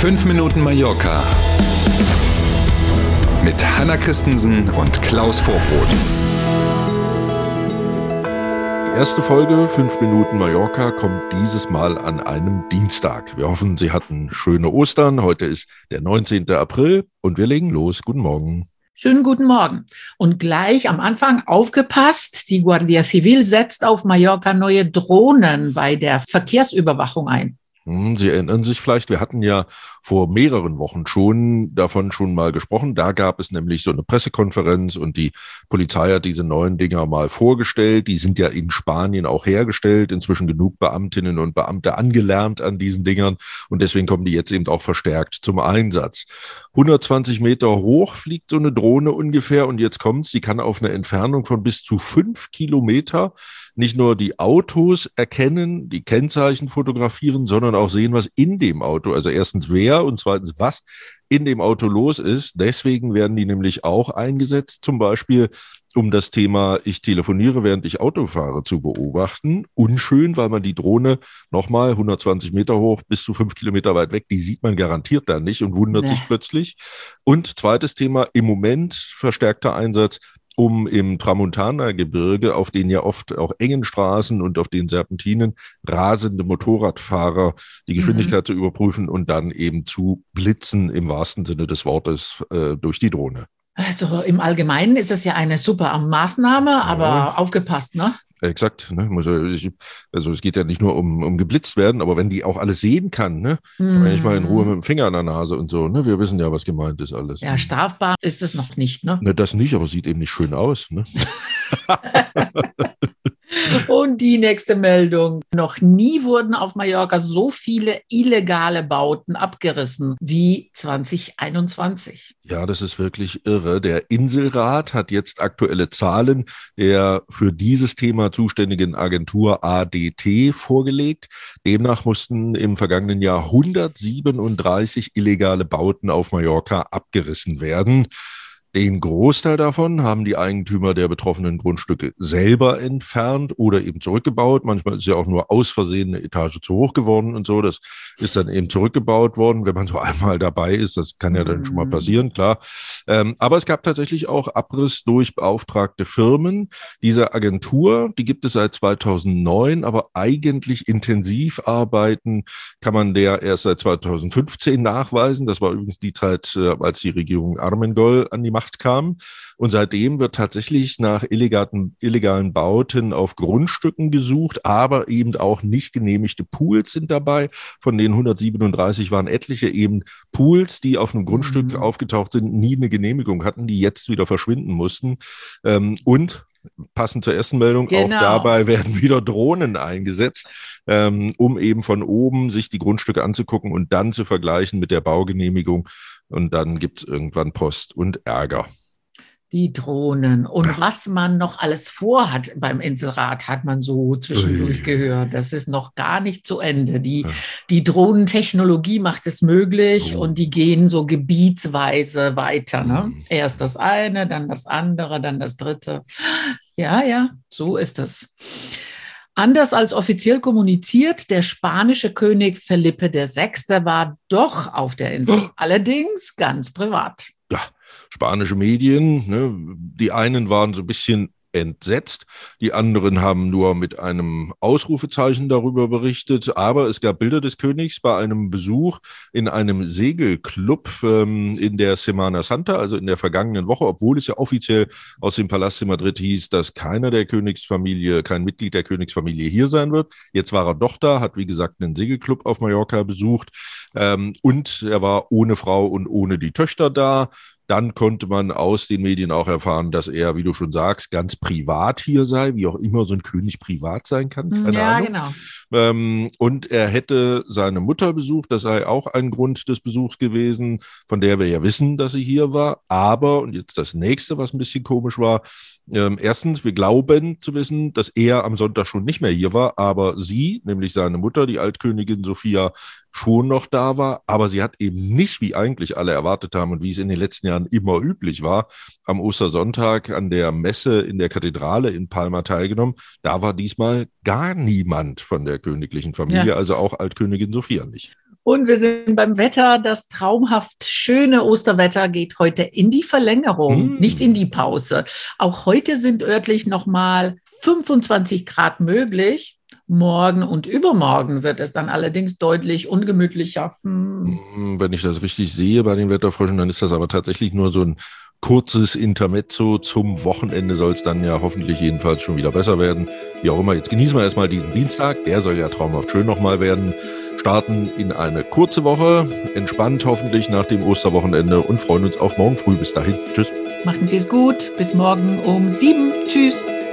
5 Minuten Mallorca mit Hanna Christensen und Klaus Vorbrot. Die erste Folge 5 Minuten Mallorca kommt dieses Mal an einem Dienstag. Wir hoffen, Sie hatten schöne Ostern. Heute ist der 19. April und wir legen los. Guten Morgen. Schönen guten Morgen. Und gleich am Anfang aufgepasst, die Guardia Civil setzt auf Mallorca neue Drohnen bei der Verkehrsüberwachung ein. Sie erinnern sich vielleicht, wir hatten ja vor mehreren Wochen davon schon mal gesprochen. Da gab es nämlich so eine Pressekonferenz und die Polizei hat diese neuen Dinger mal vorgestellt. Die sind ja in Spanien auch hergestellt. Inzwischen genug Beamtinnen und Beamte angelernt an diesen Dingern und deswegen kommen die jetzt eben auch verstärkt zum Einsatz. 120 Meter hoch fliegt so eine Drohne ungefähr und jetzt kommt's, sie kann auf eine Entfernung von bis zu 5 Kilometer nicht nur die Autos erkennen, die Kennzeichen fotografieren, sondern auch sehen, was in dem Auto, also erstens wer und zweitens was in dem Auto los ist. Deswegen werden die nämlich auch eingesetzt, zum Beispiel um das Thema ich telefoniere, während ich Auto fahre, zu beobachten. Unschön, weil man die Drohne nochmal 120 Meter hoch bis zu 5 Kilometer weit weg, die sieht man garantiert dann nicht und wundert sich plötzlich. Und zweites Thema, im Moment verstärkter Einsatz, um im Tramontana-Gebirge, auf den ja oft auch engen Straßen und auf den Serpentinen rasende Motorradfahrer die Geschwindigkeit zu überprüfen und dann eben zu blitzen im wahrsten Sinne des Wortes durch die Drohne. Also im Allgemeinen ist es ja eine super Maßnahme, aber aufgepasst, ne? Exakt, ne? Also es geht ja nicht nur um geblitzt werden, aber wenn die auch alles sehen kann, ne? Kann ich mal in Ruhe mit dem Finger an der Nase und so, ne? Wir wissen ja, was gemeint ist alles. Ja, strafbar ist es noch nicht, ne? Ne, das nicht, aber sieht eben nicht schön aus, ne? Und die nächste Meldung. Noch nie wurden auf Mallorca so viele illegale Bauten abgerissen wie 2021. Ja, das ist wirklich irre. Der Inselrat hat jetzt aktuelle Zahlen der für dieses Thema zuständigen Agentur ADT vorgelegt. Demnach mussten im vergangenen Jahr 137 illegale Bauten auf Mallorca abgerissen werden. Den Großteil davon haben die Eigentümer der betroffenen Grundstücke selber entfernt oder eben zurückgebaut. Manchmal ist ja auch nur aus Versehen eine Etage zu hoch geworden und so. Das ist dann eben zurückgebaut worden, wenn man so einmal dabei ist. Das kann ja dann schon mal passieren, klar. Aber es gab tatsächlich auch Abriss durch beauftragte Firmen. Diese Agentur, die gibt es seit 2009, aber eigentlich intensiv arbeiten kann man der erst seit 2015 nachweisen. Das war übrigens die Zeit, als die Regierung Armengol an die Macht kam. Und seitdem wird tatsächlich nach illegalen Bauten auf Grundstücken gesucht, aber eben auch nicht genehmigte Pools sind dabei. Von den 137 waren etliche eben Pools, die auf einem Grundstück aufgetaucht sind, nie eine Genehmigung hatten, die jetzt wieder verschwinden mussten. Und passend zur ersten Meldung, auch dabei werden wieder Drohnen eingesetzt, um eben von oben sich die Grundstücke anzugucken und dann zu vergleichen mit der Baugenehmigung. Und dann gibt es irgendwann Post und Ärger. Die Drohnen. Und was man noch alles vorhat beim Inselrat, hat man so zwischendurch gehört. Das ist noch gar nicht zu Ende. Die Drohnentechnologie macht es möglich und die gehen so gebietsweise weiter. Ne? Erst das eine, dann das andere, dann das dritte. Ja, so ist es. Anders als offiziell kommuniziert, der spanische König Felipe VI. War doch auf der Insel, allerdings ganz privat. Ja, spanische Medien, ne, die einen waren so ein bisschen entsetzt, die anderen haben nur mit einem Ausrufezeichen darüber berichtet, aber es gab Bilder des Königs bei einem Besuch in einem Segelclub in der Semana Santa, also in der vergangenen Woche, obwohl es ja offiziell aus dem Palast de Madrid hieß, dass kein Mitglied der Königsfamilie hier sein wird. Jetzt war er doch da, hat wie gesagt einen Segelclub auf Mallorca besucht und er war ohne Frau und ohne die Töchter da. Dann konnte man aus den Medien auch erfahren, dass er, wie du schon sagst, ganz privat hier sei, wie auch immer so ein König privat sein kann. Keine Ahnung. Genau. Und er hätte seine Mutter besucht, das sei auch ein Grund des Besuchs gewesen, von der wir ja wissen, dass sie hier war. Aber, und jetzt das nächste, was ein bisschen komisch war, erstens, wir glauben zu wissen, dass er am Sonntag schon nicht mehr hier war, aber sie, nämlich seine Mutter, die Altkönigin Sophia, schon noch da war, aber sie hat eben nicht, wie eigentlich alle erwartet haben und wie es in den letzten Jahren immer üblich war, am Ostersonntag an der Messe in der Kathedrale in Palma teilgenommen. Da war diesmal gar niemand von der königlichen Familie, also auch Altkönigin Sophia nicht. Und wir sind beim Wetter. Das traumhaft schöne Osterwetter geht heute in die Verlängerung, nicht in die Pause. Auch heute sind örtlich nochmal 25 Grad möglich. Morgen und übermorgen wird es dann allerdings deutlich ungemütlicher. Wenn ich das richtig sehe bei den Wetterfröschen, dann ist das aber tatsächlich nur so ein kurzes Intermezzo. Zum Wochenende soll es dann ja hoffentlich jedenfalls schon wieder besser werden. Wie auch immer, jetzt genießen wir erstmal diesen Dienstag. Der soll ja traumhaft schön nochmal werden. Starten in eine kurze Woche, entspannt hoffentlich nach dem Osterwochenende und freuen uns auf morgen früh. Bis dahin. Tschüss. Machen Sie es gut. Bis morgen um 7. Tschüss.